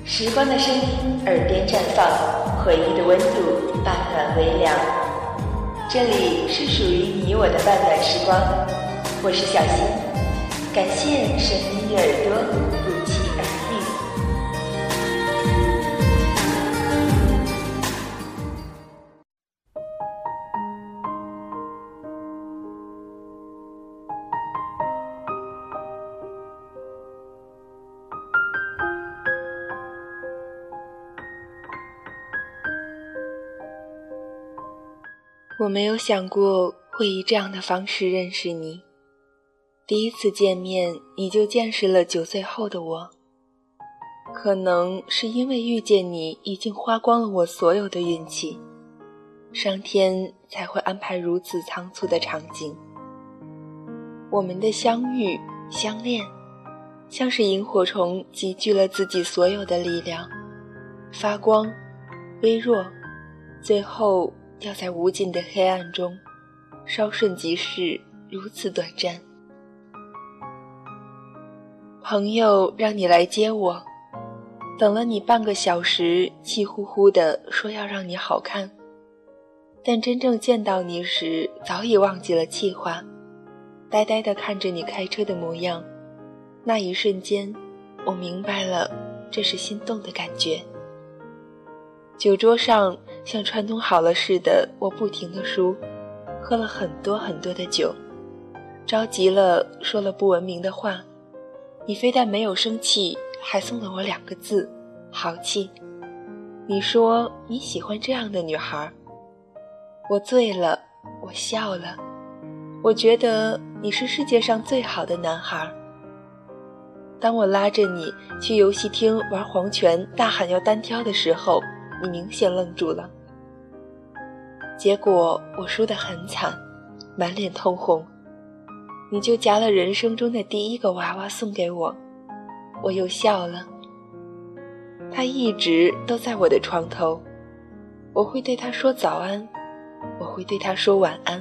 时光的声音，耳边绽放，回忆的温度，半暖微凉。这里是属于你我的半暖时光，我是小新，感谢神秘的耳朵不期而遇。我没有想过会以这样的方式认识你。第一次见面，你就见识了9岁后的我。可能是因为遇见你已经花光了我所有的运气，上天才会安排如此仓促的场景。我们的相遇、相恋，像是萤火虫集聚了自己所有的力量，发光、微弱，最后掉在无尽的黑暗中，稍瞬即逝，如此短暂。朋友让你来接我，等了你半个小时，气呼呼地说要让你好看，但真正见到你时，早已忘记了气话，呆呆地看着你开车的模样。那一瞬间，我明白了，这是心动的感觉。酒桌上像串通好了似的，我不停地输，喝了很多很多的酒，着急了说了不文明的话。你非但没有生气，还送了我2个字：豪气。你说你喜欢这样的女孩。我醉了，我笑了，我觉得你是世界上最好的男孩。当我拉着你去游戏厅玩黄拳，大喊要单挑的时候，你明显愣住了。结果我输得很惨，满脸通红，你就夹了人生中的第一个娃娃送给我，我又笑了。他一直都在我的床头，我会对他说早安，我会对他说晚安。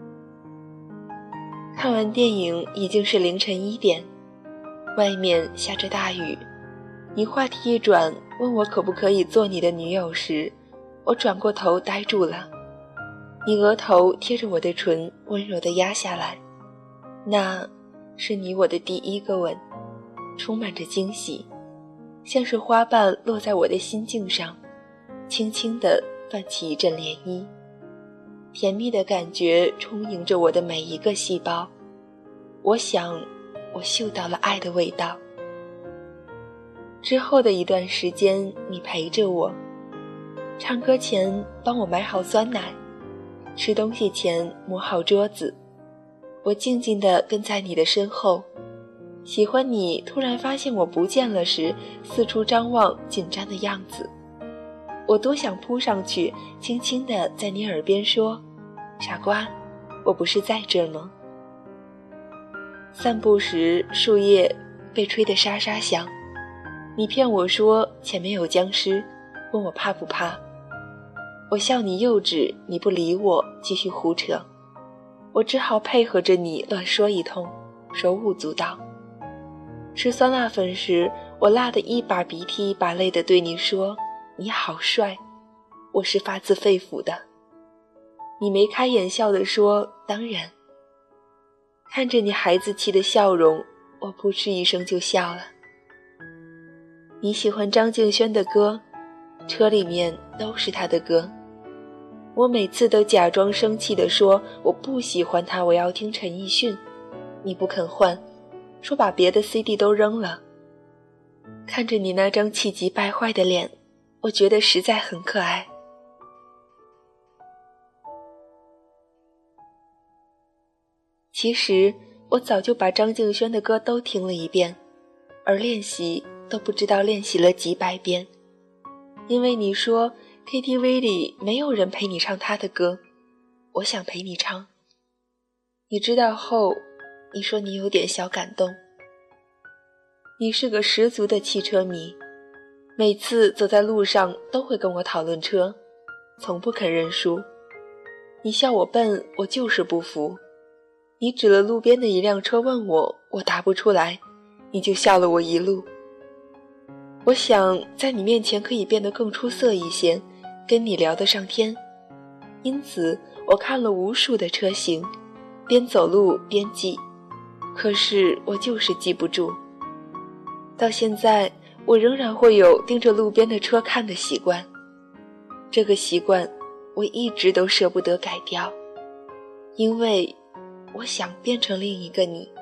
看完电影已经是凌晨1点，外面下着大雨，你话题一转，问我可不可以做你的女友时，我转过头呆住了。你额头贴着我的唇，温柔地压下来，那是你我的第一个吻，充满着惊喜，像是花瓣落在我的心境上，轻轻地泛起一阵涟漪，甜蜜的感觉充盈着我的每一个细胞。我想我嗅到了爱的味道。之后的一段时间，你陪着我，唱歌前帮我买好酸奶，吃东西前抹好桌子，我静静地跟在你的身后，喜欢你突然发现我不见了时四处张望紧张的样子。我多想扑上去，轻轻地在你耳边说：傻瓜，我不是在这吗？散步时树叶被吹得沙沙响，你骗我说前面有僵尸，问我怕不怕。我笑你幼稚，你不理我，继续胡扯。我只好配合着你乱说一通，手舞足蹈。吃酸辣粉时，我辣得一把鼻涕一把泪地对你说：你好帅，我是发自肺腑的。你眉开眼笑地说：当然。看着你孩子气的笑容，我扑哧一声就笑了。你喜欢张敬轩的歌，车里面都是他的歌。我每次都假装生气地说我不喜欢他，我要听陈奕迅。你不肯换，说把别的 CD 都扔了。看着你那张气急败坏的脸，我觉得实在很可爱。其实我早就把张敬轩的歌都听了一遍，而练习都不知道练习了几百遍。因为你说 KTV 里没有人陪你唱他的歌，我想陪你唱。你知道后，你说你有点小感动。你是个十足的汽车迷，每次走在路上都会跟我讨论车，从不肯认输。你笑我笨，我就是不服。你指了路边的一辆车问我，我答不出来，你就笑了我一路。 我想在你面前可以变得更出色一些，跟你聊得上天。因此我看了无数的车型，边走路边记，可是我就是记不住。到现在我仍然会有盯着路边的车看的习惯，这个习惯我一直都舍不得改掉，因为我想变成另一个你。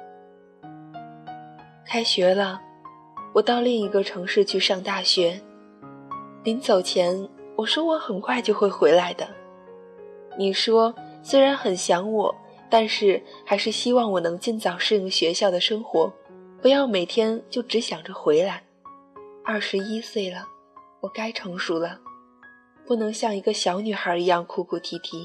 开学了，我到另一个城市去上大学。临走前，我说我很快就会回来的。你说虽然很想我，但是还是希望我能尽早适应学校的生活，不要每天就只想着回来。21岁了，我该成熟了，不能像一个小女孩一样哭哭啼啼。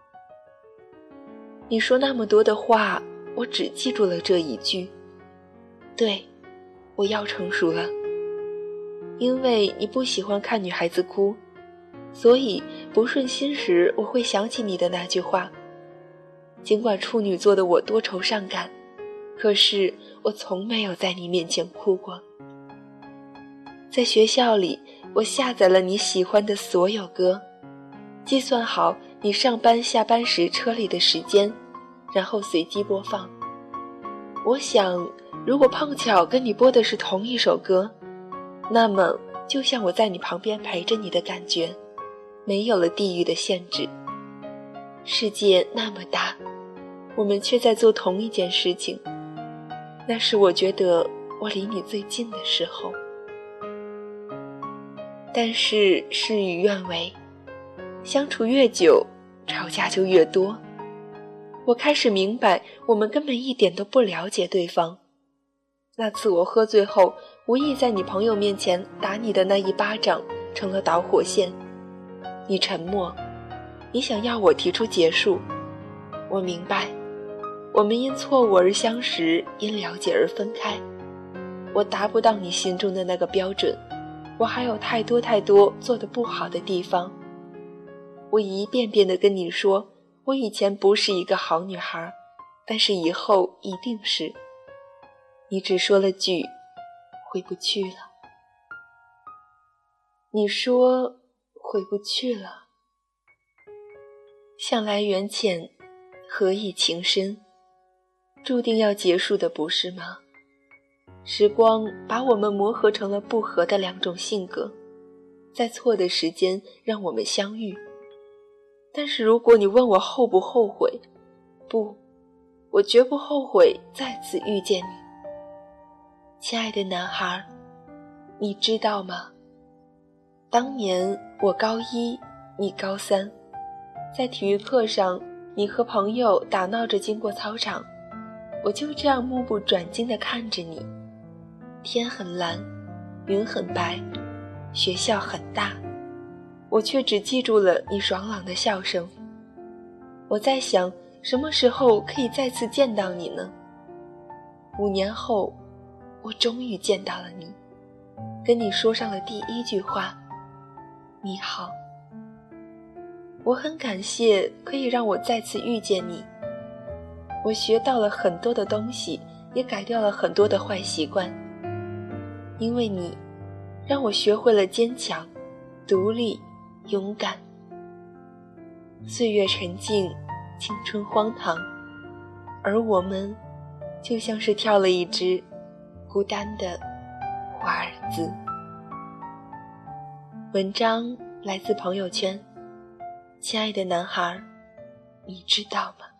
你说那么多的话，我只记住了这一句，对，我要成熟了。因为你不喜欢看女孩子哭，所以不顺心时我会想起你的那句话。尽管处女座的我多愁善感，可是我从没有在你面前哭过。在学校里，我下载了你喜欢的所有歌，计算好你上班下班时车里的时间，然后随机播放。我想如果碰巧跟你播的是同一首歌，那么就像我在你旁边陪着你的感觉，没有了地域的限制。世界那么大，我们却在做同一件事情，那是我觉得我离你最近的时候。但是事与愿违，相处越久，吵架就越多。我开始明白，我们根本一点都不了解对方。那次我喝醉后无意在你朋友面前打你的那一巴掌成了导火线。你沉默，你想要我提出结束。我明白，我们因错误而相识，因了解而分开。我达不到你心中的那个标准，我还有太多太多做得不好的地方。我一遍遍地跟你说，我以前不是一个好女孩，但是以后一定是。你只说了句回不去了。你说回不去了，向来缘浅，何以情深，注定要结束的不是吗？时光把我们磨合成了不合的两种性格，在错的时间让我们相遇。但是如果你问我后不后悔，不，我绝不后悔再次遇见你。亲爱的男孩，你知道吗？当年我高1，你高3，在体育课上，你和朋友打闹着经过操场，我就这样目不转睛地看着你。天很蓝，云很白，学校很大，我却只记住了你爽朗的笑声。我在想，什么时候可以再次见到你呢？5年后，我终于见到了你，跟你说上了第一句话，你好。我很感谢可以让我再次遇见你，我学到了很多的东西，也改掉了很多的坏习惯。因为你让我学会了坚强、独立、勇敢。岁月沉静，青春荒唐，而我们就像是跳了一支孤单的华尔兹。文章来自朋友圈。亲爱的男孩，你知道吗？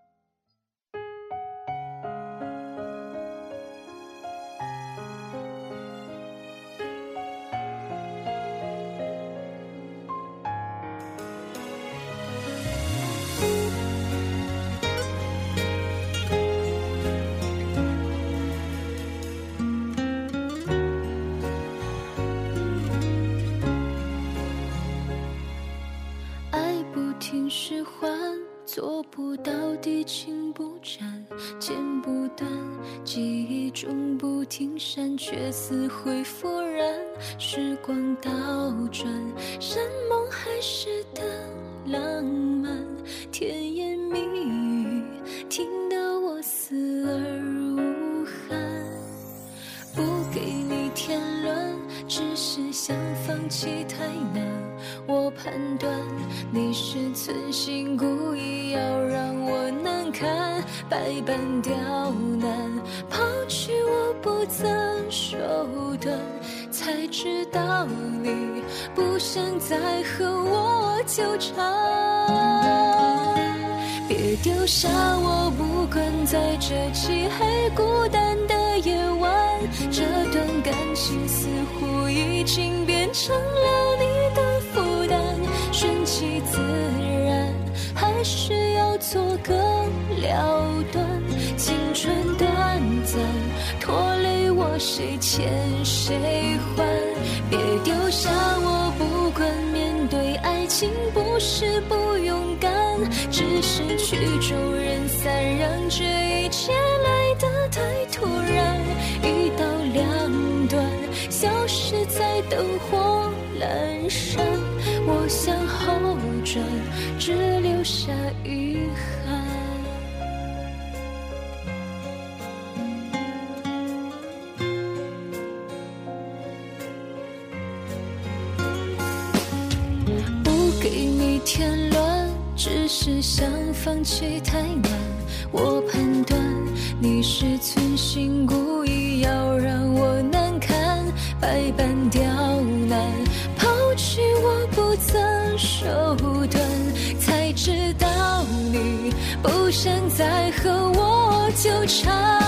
使唤，做不到地情不沾，剪不断，记忆中不停闪，却似会复燃。时光倒转，山盟海誓的浪漫，甜言蜜语听得我死而无憾。不给你添乱，只弃太难，我判断你是存心故意要让我难堪，百般刁难，抛弃我不择手段，才知道你不想再和我纠缠。别丢下我，不管在这漆黑孤单的夜晚，这段感情似乎已经变成了你的负担，顺其自然，还是要做个了断。青春短暂，拖累我谁欠谁还？别丢下我，不管面对爱情不是不勇敢，只是曲终人散，让这一切来得太突然，一刀两断，消失在灯火阑珊。我向后转，只留下遗憾。不给你添乱，只是想放弃太难，我判断你是存心故意要让我难堪，百般刁难，抛弃我不择手段，才知道你不想再和我纠缠。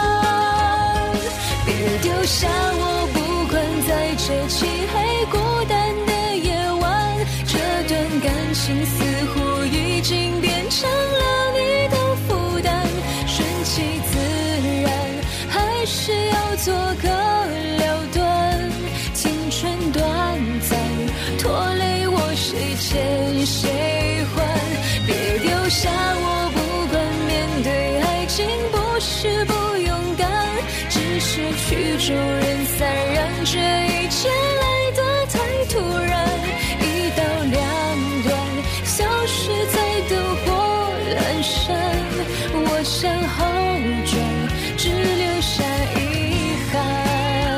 别丢下我，不管在这漆黑孤单的夜晚，这段感情似乎已经变成了你的负担，顺其自然，还是要做个了断。青春短暂，拖累我谁欠谁还？别丢下我，不管面对爱情不是不勇敢，只是曲终人散，让这一切来得太突然，一刀两断，消失在灯火阑珊。我向后转，只留下遗憾。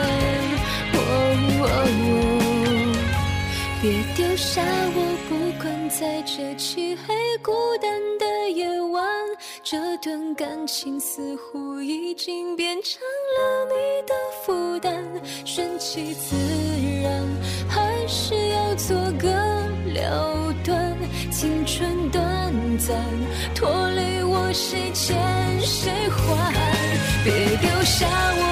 别丢下我，不管在这漆黑孤单的夜晚，这段感情似乎已经变成了你的负担，顺其自然，还是要做个了断。青春短暂，拖累我谁欠谁还？别丢下我，